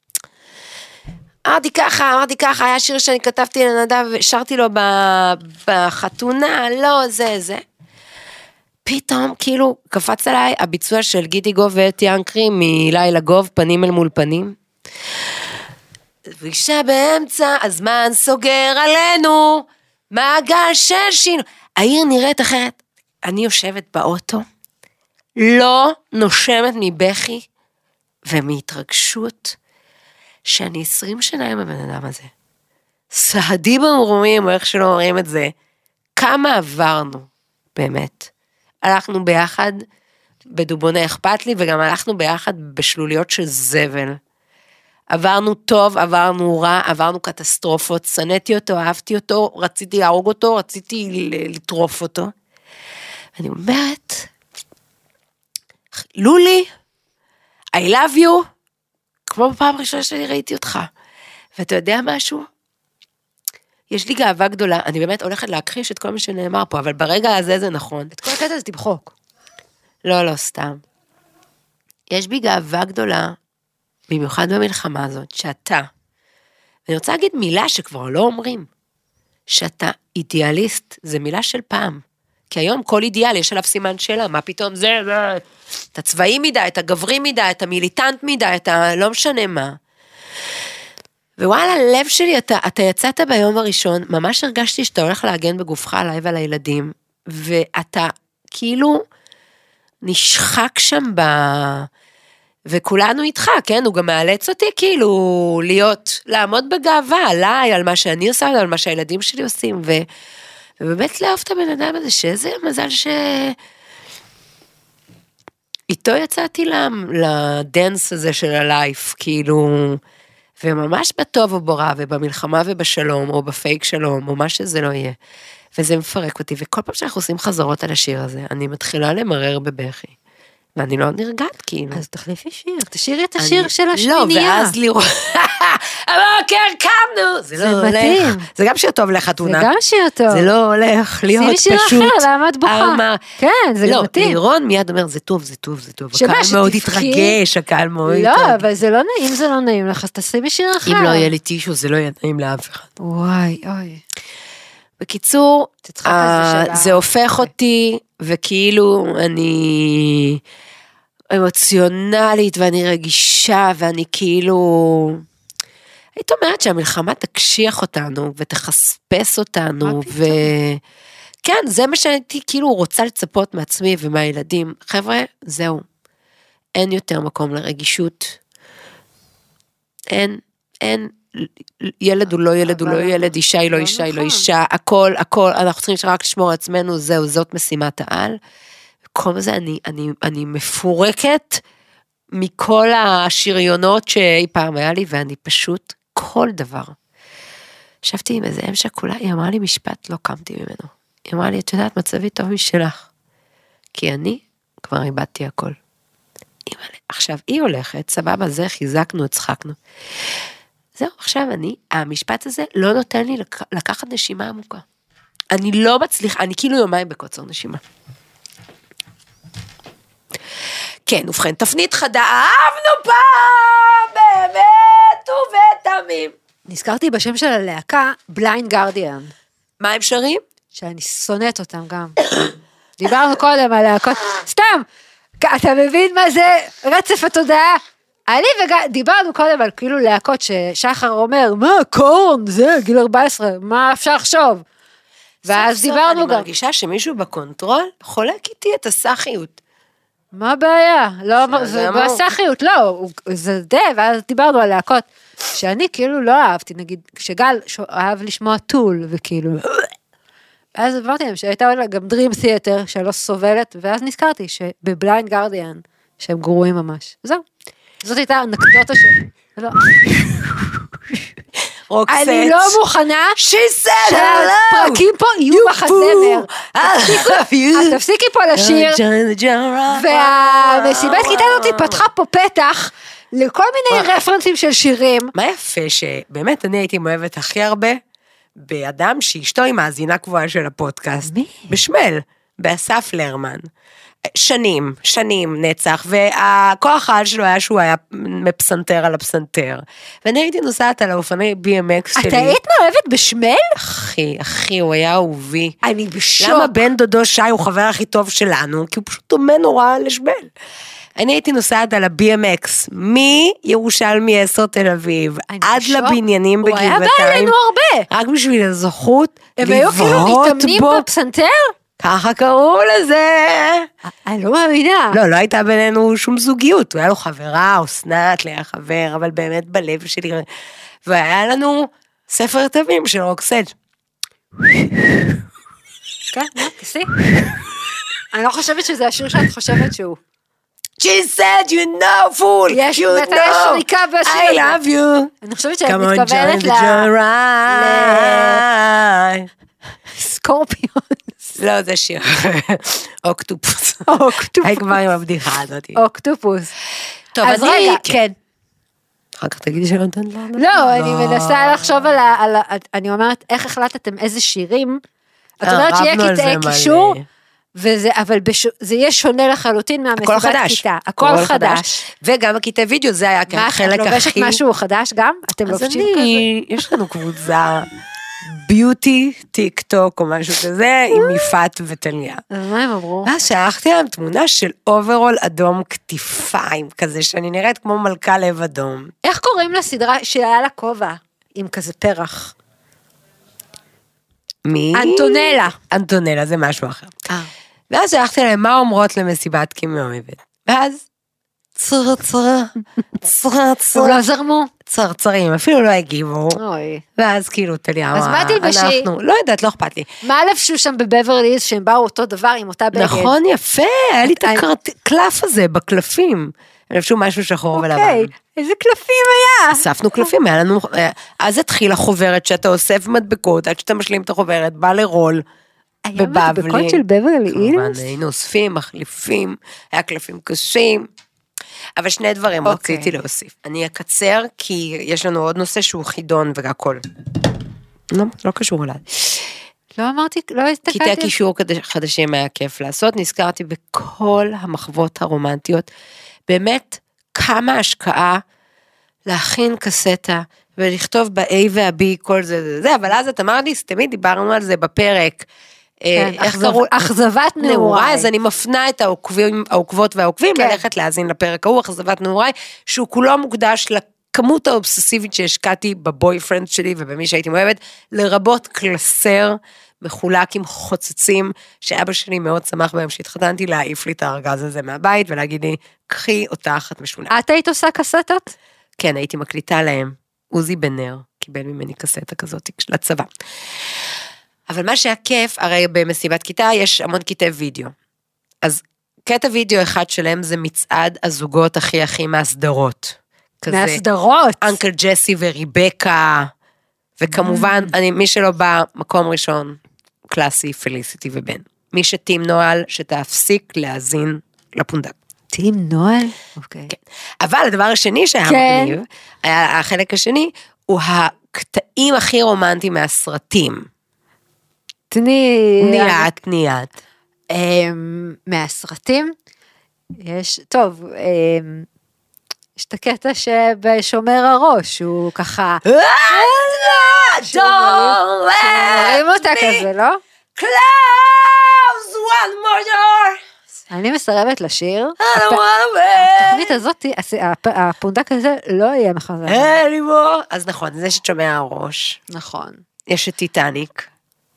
אמרתי ככה, אמרתי ככה, היה שיר שאני כתבתי לנדב, ושרתי לו בחתונה, לא, זה, זה. פתאום, כאילו, קפץ עליי הביצוע של גידי גוב ואתי אנקרי, מלילה גוב, פנים אל מול פנים. ואישה באמצע, הזמן סוגר עלינו, מעגל של שינו. העיר נראית אחרת. אני יושבת באוטו, לא נושמת מבכי, ומהתרגשות, שאני עשרים שנה עם הבן אדם הזה. סהדי במרומים, או איך שלא אומרים את זה, כמה עברנו, באמת. הלכנו ביחד, בדובונה אכפת לי, וגם הלכנו ביחד בשלוליות של זבל. עברנו טוב, עברנו רע, עברנו קטסטרופות, שנאתי אותו, אהבתי אותו, רציתי להרוג אותו, רציתי לטרוף אותו. ואני אומרת, לולי, I love you, כמו בפעם הראשונה שלי ראיתי אותך. ואתה יודע משהו? יש לי גאווה גדולה, אני באמת הולכת להכחיש את כל מה שנאמר פה, אבל ברגע הזה זה נכון. את כל הקטע זה תמחוק. לא, לא, סתם. יש בי גאווה גדולה, במיוחד במלחמה הזאת, שאתה, ואני רוצה להגיד מילה שכבר לא אומרים, שאתה אידיאליסט, זה מילה של פעם. כי היום כל אידיאל יש עליו סימן שאלה, מה פתאום זה, זה, את הצבאי מדי, את הגברי מדי, את המיליטנט מדי, את ה... לא משנה מה. ווואלה, הלב שלי, אתה, אתה יצאת ביום הראשון, ממש הרגשתי שאתה הולך להגן בגופך עליי ועל הילדים, ואתה כאילו נשחק שם ב... וכולנו איתך, כן? הוא גם מאלץ אותי כאילו להיות, לעמוד בגאווה עליי, על מה שאני עושה, על מה שהילדים שלי עושים, ו... ובאמת לאהוב את הבן אדם הזה, שאיזה מזל ש... איתו יצאתי לדנס הזה של הלייף, כאילו, וממש בטוב או ברע, ובמלחמה ובשלום, או בפייק שלום, או מה שזה לא יהיה. וזה מפרק אותי, וכל פעם שאנחנו עושים חזרות על השיר הזה, אני מתחילה למרר בבכי. ואני לא נרגעת, כאילו. אז תחליפי שיר, תשאירי את השיר של השמינייה. לא, ואז לראות, הבוקר קמנו, זה לא הולך. זה גם שיר טוב לחתונה. זה גם שיר טוב. זה לא הולך להיות פשוט. שימי שיר אחר, למה את בוכה? כן, זה גם מתאים. לא, לירון מיד אומר, זה טוב, זה טוב, זה טוב. הקהל מאוד התרגש, הקהל מאוד התרגש. לא, אבל זה לא נעים, אם זה לא נעים לך, אז תשימי שיר אחר. אם לא יהיה לי טישו, זה לא יהיה נעים לאף אחד. וואי, אוי. בקיצור, זה הופך אותי, וכאילו אני אמוציונלית, ואני רגישה, ואני כאילו, היית אומרת שהמלחמה תקשיח אותנו, ותחספס אותנו, וכן, זה מה שהייתי כאילו רוצה לצפות מעצמי ומהילדים. חבר'ה, זהו, אין יותר מקום לרגישות, אין, אין, ילד הוא לא ילד, הוא לא ילד, אישה היא לא אישה, היא לא אישה, הכל, הכל, אנחנו צריכים רק לשמור על עצמנו, זהו, זאת משימת העל, כל זה אני, אני, אני מפורקת מכל השריונות שאי פעם היה לי, ואני פשוט כל דבר. ישבתי עם איזה אם שכולה, היא אמרה לי משפט, לא קמתי ממנו. היא אמרה לי, את יודעת, מצבי טוב משלך, כי אני כבר איבדתי הכל. עכשיו, היא הולכת, סבבה, זה חיזקנו, הצחקנו. זהו, עכשיו אני, המשפט הזה לא נותן לי לקחת נשימה עמוקה. אני לא מצליחה, אני כאילו יומיים בקוצר נשימה. כן, ובכן, תפנית חדה, אהבנו פעם, באמת ובתמים. נזכרתי בשם של הלהקה, בליינד גרדיאן. מה הם שרים? שאני שונאת אותם גם. דיברנו קודם על להקות, סתם, אתה מבין מה זה רצף התודעה? אני ודיברנו קודם על כאילו להקות ששחר אומר, מה, קורן, זה, גיל ארבע עשרה, מה אפשר לחשוב? ואז דיברנו גם. אני מרגישה שמישהו בקונטרול חולק איתי את הסחיות. מה הבעיה? לא, זה בסחיות, לא, זה די, ואז דיברנו על להקות, שאני כאילו לא אהבתי, נגיד, כשגל אהב לשמוע טול, וכאילו, אז אמרתי להם שהייתה גם דרים תיאטר, שלא סובלת, ואז נזכרתי שבבליינד גרדיאן, שהם גרועים ממש. זהו. זאת הייתה אנקדוטה של... לא. אני לא מוכנה שהפרקים פה יהיו מחזמר. תפסיקי פה לשיר, והמסיבת כיתה הזאת פתחה פה פתח לכל מיני רפרנסים של שירים. מה יפה שבאמת אני הייתי מאוהבת הכי הרבה באדם שאשתו היא מאזינה קבועה של הפודקאסט. בשמל, באסף לרמן. שנים, שנים נצח, והכוח העל שלו היה שהוא היה מפסנתר על הפסנתר, ואני הייתי נוסעת על האופני בי אם אקס שלי. אתה היית מאוהבת בשמל? אחי, אחי, הוא היה אהובי. אני בשוק. למה בן דודו שי הוא חבר הכי טוב שלנו? כי הוא פשוט דומה נורא לשמל. אני הייתי נוסעת על ה-בי אם אקס, מירושלמי עשר תל אביב, עד לבניינים בגבעתיים. הוא היה בא אלינו הרבה. רק בשביל הזכות, הם היו כאילו מתאמנים בפסנתר? ככה קראו לזה. אני לא מאמינה. לא, לא הייתה בינינו שום זוגיות, הוא היה לו חברה, אסנת, היה חבר, אבל באמת בלב שלי, והיה לנו ספר תווים של רוקסד. כן, תעשי. אני לא חושבת שזה השיר שאת חושבת שהוא. She said you know fool, יש you שריקה know, I love you. אני חושבת שאת מתכוונת ל... סקורפיונס. לא, זה שיר. אוקטופוס. אוקטופוס. היי כבר עם הבדיחה הזאת. אוקטופוס. טוב, אז רגע, כן. אחר כך תגידי שלא נתן לה. לא, אני מנסה לחשוב על ה... אני אומרת, איך החלטתם איזה שירים? את אומרת שיהיה קטעי קישור, אבל זה יהיה שונה לחלוטין מהמסיבת כיתה. הכל חדש. וגם הכיתה וידאו, זה היה חלק הכי... את לובשת משהו חדש גם? אתם לובשים כזה? אז אני, יש לנו קבוצה... ביוטי, טיק טוק או משהו כזה, עם יפת וטליה. אז מה הם אמרו? אז שלחתי להם תמונה של אוברול אדום כתפיים, כזה שאני נראית כמו מלכה לב אדום. איך קוראים לסדרה שהיה לה כובע? עם כזה פרח. מי? אנטונלה. אנטונלה, זה משהו אחר. אה. ואז שלחתי להם מה אומרות למסיבת כמאוהבת. ואז צרצרה, צרצרה. הוא לא זרמו. צרצרים, אפילו לא הגיבו. אוי. ואז כאילו טליה אז מה תלבשי? אנחנו, לא יודעת, לא אכפת לי. מה לבשו שם בבברלי הילס שהם באו אותו דבר עם אותה בגד? נכון, יפה, היה לי את הקלף הזה בקלפים. לבשו משהו שחור ולבן. אוקיי, איזה קלפים היה? אספנו קלפים, היה לנו, אז התחילה חוברת שאתה אוסף מדבקות, עד שאתה משלים את החוברת, בא לרול. היה בבבלי. מדבקות של בברלי כמובן, הילס? היינו אוספים, מחליפים, היה קלפים קשים. אבל שני דברים אוקיי. רציתי להוסיף. אני אקצר, כי יש לנו עוד נושא שהוא חידון והכל. לא, לא קשור אליי. לא אמרתי, לא הסתכלתי. קטעי קישור חדשים היה כיף לעשות, נזכרתי בכל המחוות הרומנטיות, באמת כמה השקעה להכין קסטה, ולכתוב ב-A וה-B, כל זה, זה, זה, אבל אז את אמרת לי, תמיד דיברנו על זה בפרק, כן, אכזבת נעוריי. אז אני מפנה את העוקבים, העוקבות והעוקבים, כן. ללכת להאזין לפרק ההוא, אכזבת נעוריי, שהוא כולו מוקדש לכמות האובססיבית שהשקעתי בבויפרנד שלי, ובמי שהייתי מאוהבת, לרבות קלסר, מחולק עם חוצצים, שאבא שלי מאוד שמח בהם, שהתחתנתי להעיף לי את הארגז הזה מהבית, ולהגיד לי, קחי אותה אחת משונה. את היית עושה קסטות? כן, הייתי מקליטה להם, עוזי בנר, קיבל ממני קסטה כזאת לצבא. אבל מה שהיה כיף, הרי במסיבת כיתה יש המון קטעי וידאו. אז קטע וידאו אחד שלהם זה מצעד הזוגות הכי הכי מהסדרות. מהסדרות? אנקל ג'סי וריבקה, וכמובן, אני, מי שלא בא, מקום ראשון, קלאסי, פליסיטי ובן. מי שטים נועל, שתפסיק להאזין לפונדק. טים נועל? אוקיי. כן. אבל הדבר השני שהיה כן. מגניב, היה, החלק השני, הוא הקטעים הכי רומנטיים מהסרטים. תני... תניעת, תניעת. מהסרטים, יש, טוב, יש את הקטע שבשומר הראש, הוא ככה... שומרים אותה כזה, לא? Close one more door. אני מסרבת לשיר. I don't wanna wait. התוכנית הזאת, הפונדק הזה לא יהיה מחזר. anymore. אז נכון, זה ששומע הראש. נכון. יש את טיטניק.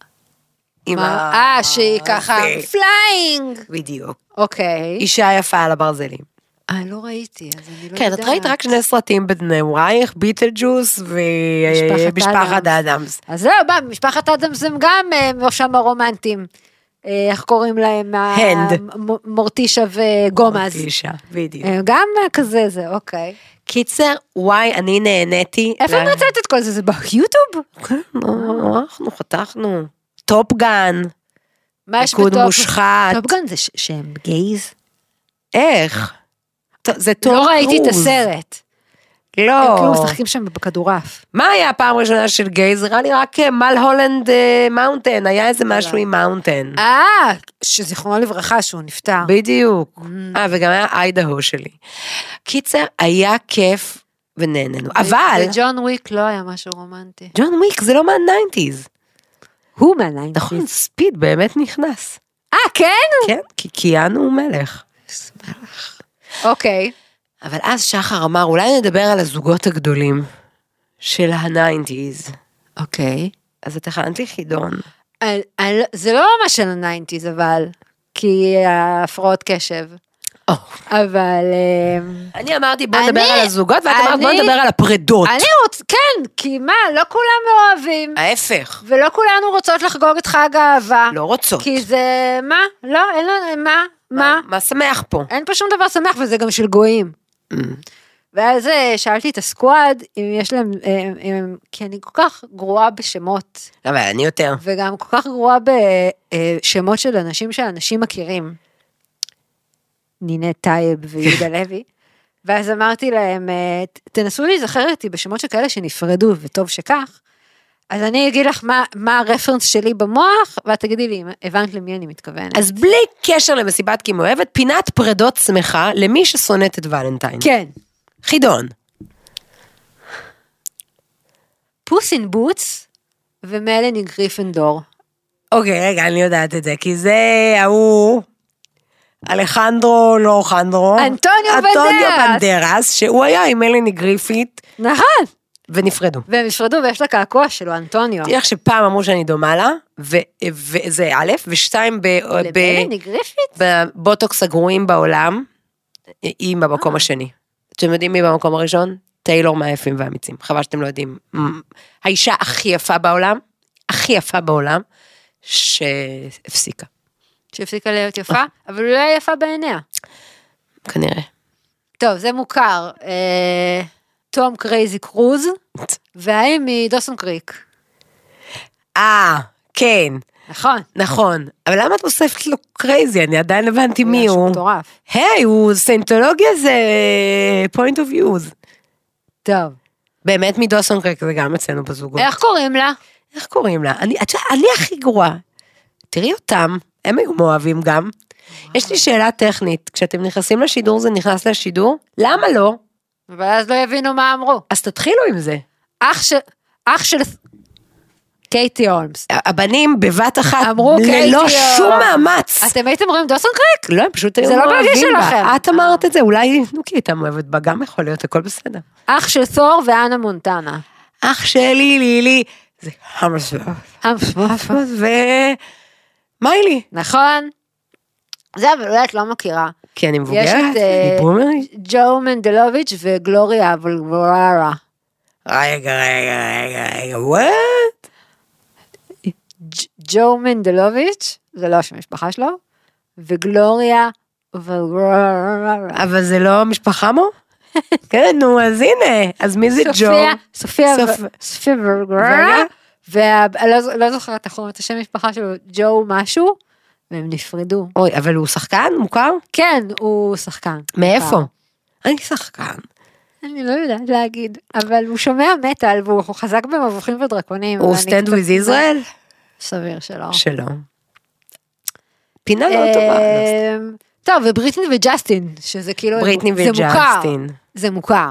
אה, שהיא ככה פליינג. בדיוק. אוקיי. אישה יפה על הברזלים. אה, לא ראיתי, אז אני לא כן, יודעת. את ראית רק שני סרטים בנעורייך, ביטל ג'וס ומשפחת האדמס. אז זהו, בא, משפחת האדמס הם גם שם הרומנטים. איך קוראים להם? הנד. מורטישה וגומז. מורטישה, בדיוק. גם כזה זה, אוקיי. קיצר, וואי, אני נהניתי. איפה מצאת את כל זה? זה ביוטיוב? אנחנו חתכנו. טופגן. מה יש ריקוד בטופ? מושחת. טופגן זה שהם גייז? איך? זה טוב לא ראיתי את קרוז. הסרט. לא. הם כאילו משחקים שם בכדורף. מה היה הפעם הראשונה של גייז? נראה לי רק מל הולנד מאונטן, היה איזה משהו עם מאונטן. אה, שזיכרונו לברכה שהוא נפטר. בדיוק. אה, וגם היה איידהו שלי. קיצר, היה כיף ונהננו. אבל... וג'ון וויק לא היה משהו רומנטי. ג'ון וויק זה לא מהניינטיז. הוא מהניינטיז. נכון, ספיד באמת נכנס. אה, כן? כן, כי קיאנו הוא מלך. אוקיי. אבל אז שחר אמר, אולי נדבר על הזוגות הגדולים של הניינטיז. אוקיי. אז את הכנת לי חידון. זה לא ממש של הניינטיז, אבל, כי הפרעות קשב. אבל... אני אמרתי, בוא נדבר על הזוגות, ואת אמרת, בוא נדבר על הפרדות. אני רוצה, כן, כי מה, לא כולם מאוהבים. ההפך. ולא כולנו רוצות לחגוג את חג האהבה. לא רוצות. כי זה, מה? לא, אין לנו, מה? מה? מה שמח פה? אין פה שום דבר שמח, וזה גם של גויים. ואז שאלתי את הסקואד, אם יש להם, כי אני כל כך גרועה בשמות. אבל אני יותר. וגם כל כך גרועה בשמות של אנשים שאנשים מכירים. נינת טייב ויהודה לוי. ואז אמרתי להם, תנסו להיזכר איתי בשמות שכאלה שנפרדו, וטוב שכך. אז אני אגיד לך מה, מה הרפרנס שלי במוח, ואת תגידי לי, הבנת למי אני מתכוונת. אז בלי קשר למסיבת כמאוהבת, פינת פרדות שמחה למי ששונאת את ולנטיין. כן. חידון. פוס אין בוטס ומלני גריפנדור. אוקיי, רגע, אני יודעת את זה, כי זה ההוא... אלחנדרו, לא חנדרו. אנטוניו בנדרס. אנטוניו בנדרס, שהוא היה עם מלני גריפית. נכון. ונפרדו. והם נפרדו, ויש לה קעקוע שלו, אנטוניו. תראה שפעם אמרו שאני דומה לה, וזה א', ושתיים, לבלני גריפית? בבוטוקס הגרועים בעולם, היא במקום השני. אתם יודעים מי במקום הראשון? טיילור מהיפים והאמיצים. חבל שאתם לא יודעים. האישה הכי יפה בעולם, הכי יפה בעולם, שהפסיקה. שהפסיקה להיות יפה, אבל אולי היא יפה בעיניה. כנראה. טוב, זה מוכר. תום קרייזי קרוז, והאם מדוסון קריק. אה, כן. נכון. נכון. אבל למה את מוספת לו קרייזי? אני עדיין הבנתי מי הוא. הוא מטורף. היי, הוא סיינטולוגיה זה point of views. טוב. באמת מדוסון קריק, זה גם אצלנו בזוגות. איך קוראים לה? איך קוראים לה? אני, אני הכי גרועה. תראי אותם, הם היו מאוהבים גם. יש לי שאלה טכנית, כשאתם נכנסים לשידור זה נכנס לשידור? למה לא? אבל אז לא יבינו מה אמרו. אז תתחילו עם זה. אח של, אח של קייטי הולמס. הבנים בבת אחת, אמרו ללא קייטי שום הולמס. מאמץ. אתם הייתם רואים דוסון קריק? לא, הם פשוט היו זה לא ברגע מאוהבים בה. שלכם. את אמרת את זה, אולי נוקי הייתה מאוהבת בה, גם יכול להיות, הכל בסדר. אח של תור ואנה מונטנה. אח שלי, לילי, זה המסוואף. המסוואף. ומיילי. נכון. זה אבל אולי את לא מכירה. כי אני מבוגרת, יש את אני בומרית. ג'ו מנדלוביץ' וגלוריה וולגררה. רגע, רגע, רגע, רגע, וואט? ג'ו מנדלוביץ', זה לא השם המשפחה שלו, וגלוריה וולגררה. אבל זה לא משפחה מו? כן, נו, אז הנה, אז מי זה ג'ו? סופיה, סופיה וולגררה, ואני לא זוכרת את השם המשפחה שלו, ג'ו משהו, והם נפרדו. אוי, אבל הוא שחקן מוכר? כן, הוא שחקן. מאיפה? אני שחקן. אני לא יודעת להגיד, אבל הוא שומע מטל, והוא חזק במבוכים ודרקונים. הוא סטנד וויז ישראל? סביר שלא. שלא. פינה לא טובה. טוב, ובריטני וג'סטין, שזה כאילו, בריטני וג'סטין. זה מוכר.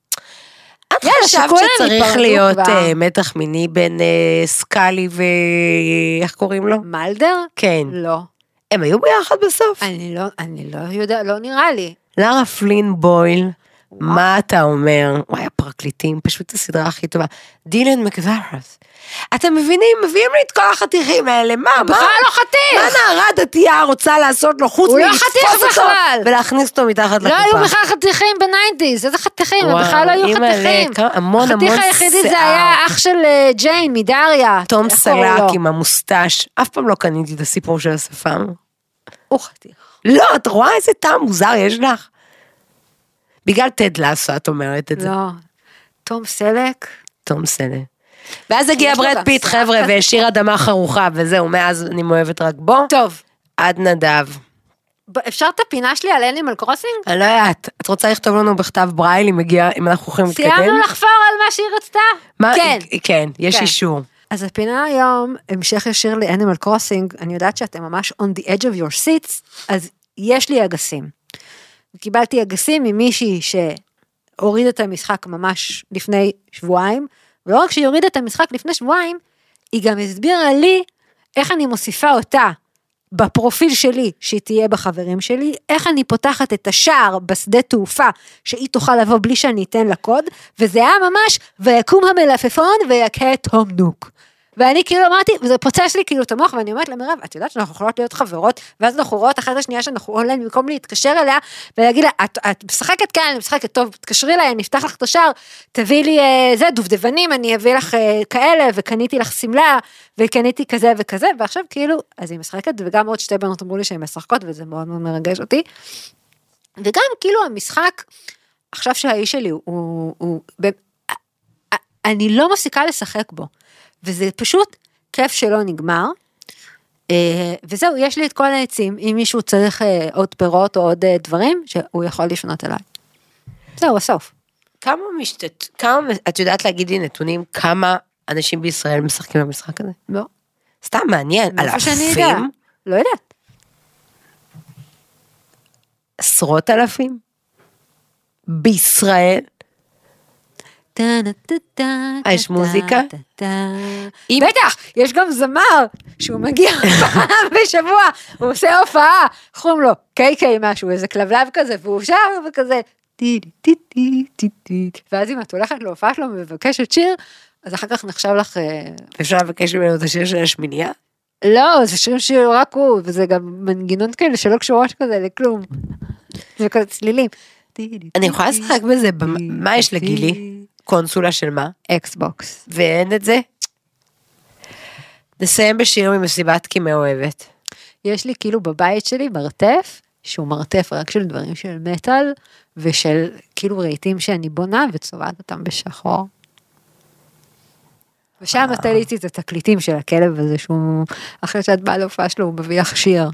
את חשבת שצריך להיות מתח מיני בין סקאלי ו... איך קוראים לו? מלדר? כן. לא. הם היו ביחד בסוף? אני לא, אני לא יודע, לא נראה לי. לרה פלין בויל, מה אתה אומר? וואי, הפרקליטים, פשוט הסדרה הכי טובה. דילן מקדרס. אתם מבינים, מביאים לי את כל החתיכים האלה, מה, מה? בכלל לא חתיך. מה נערה דתייה רוצה לעשות לו חוץ מלתפוס אותו ולהכניס אותו מתחת לקופה? לא היו בכלל חתיכים בניינטיז, איזה חתיכים? הם בכלל לא היו חתיכים. המון המון שיער. החתיך היחידי זה היה אח של ג'יין מדריה. תום סלק עם המוסטש. אף פעם לא קניתי את הסיפור של השפם. הוא חתיך. לא, את רואה איזה טעם מוזר יש לך? בגלל טד לאסו את אומרת את זה. לא. תום סלק. תום סלק. ואז הגיע ברד פיט, חבר'ה, והשאיר אדמה חרוכה, וזהו, מאז אני מאוהבת רק בו. טוב. עד נדב. אפשר את הפינה שלי על אנימל קרוסינג? אני לא יודעת, את רוצה לכתוב לנו בכתב ברייל, אם מגיע, אם אנחנו יכולים להתקדם? סיימנו לחפור על מה שהיא רצתה? כן. כן, יש אישור. אז הפינה היום, המשך ישיר לאנימל קרוסינג, אני יודעת שאתם ממש on the edge of your seats, אז יש לי אגסים. קיבלתי אגסים ממישהי שהוריד את המשחק ממש לפני שבועיים, ולא רק שהיא הורידה את המשחק לפני שבועיים, היא גם הסבירה לי איך אני מוסיפה אותה בפרופיל שלי, שהיא תהיה בחברים שלי, איך אני פותחת את השער בשדה תעופה, שהיא תוכל לבוא בלי שאני אתן לה קוד, וזה היה ממש, ויקום המלפפון ויקה תום נוק. ואני כאילו אמרתי, וזה פוצץ לי כאילו את המוח, ואני אומרת למירב, את יודעת שאנחנו יכולות להיות חברות, ואז אנחנו רואות אחת השנייה שאנחנו אונליין, במקום להתקשר אליה, ולהגיד לה, את, את משחקת כאן, אני משחקת טוב, תקשרי לה, אני אפתח לך את השער, תביא לי אה, זה, דובדבנים, אני אביא לך אה, כאלה, וקניתי לך סמלה, וקניתי כזה וכזה, ועכשיו כאילו, אז היא משחקת, וגם עוד שתי בנות אמרו לי שהן משחקות, וזה מאוד מאוד מרגש אותי, וגם כאילו המשחק, עכשיו שהאיש שלי הוא, הוא, הוא, הוא אני לא מפסיקה לשחק בו, וזה פשוט כיף שלא נגמר, וזהו, יש לי את כל העצים, אם מישהו צריך עוד פירות או עוד דברים, שהוא יכול לפנות אליי. זהו, הסוף. כמה משתת, כמה, את יודעת להגיד לי נתונים, כמה אנשים בישראל משחקים במשחק הזה? לא. סתם מעניין, אלפים? לא יודעת. עשרות אלפים? בישראל? יש מוזיקה? בטח, יש גם זמר שהוא מגיע פעם בשבוע, הוא עושה הופעה, קוראים לו קיי קיי משהו, איזה כלבלב כזה, והוא שר וכזה, ואז אם את הולכת להופעה שלו ומבקשת שיר, אז אחר כך נחשב לך... אפשר לבקש ממנו את השיר של השמינייה? לא, זה שיר שיר רק הוא, וזה גם מנגינות כאלה שלא קשורות כזה לכלום. זה כזה צלילים. אני יכולה לשחק בזה, מה יש לגילי? קונסולה של מה? אקסבוקס. ואין את זה? נסיים בשיר ממסיבת כי מאוהבת. יש לי כאילו בבית שלי מרתף, שהוא מרתף רק של דברים של מטל, ושל כאילו רהיטים שאני בונה וצובעת אותם בשחור. ושם תליתי את התקליטים של הכלב הזה, שהוא, אחרי שאת באה להופעה שלו, הוא מביא לך שיר.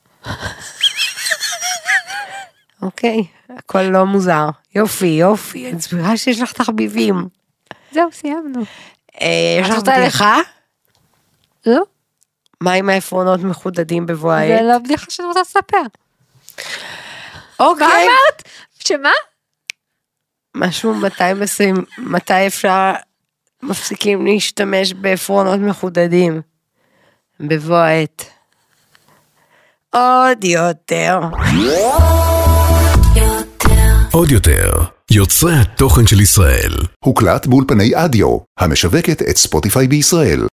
אוקיי, הכל לא מוזר. יופי, יופי, אני סבירה שיש לך תחביבים. זהו, סיימנו. יש לך בדיחה? לא. מה עם העפרונות מחודדים בבוא העת? זה לא בדיחה שאני רוצה לספר. אוקיי. מה אמרת? שמה? משהו מתי מסיים, מתי אפשר מפסיקים להשתמש בעפרונות מחודדים בבוא העת. עוד יותר. עוד יותר. יוצרי התוכן של ישראל. הוקלט באולפני אדיו, המשווקת את ספוטיפיי בישראל.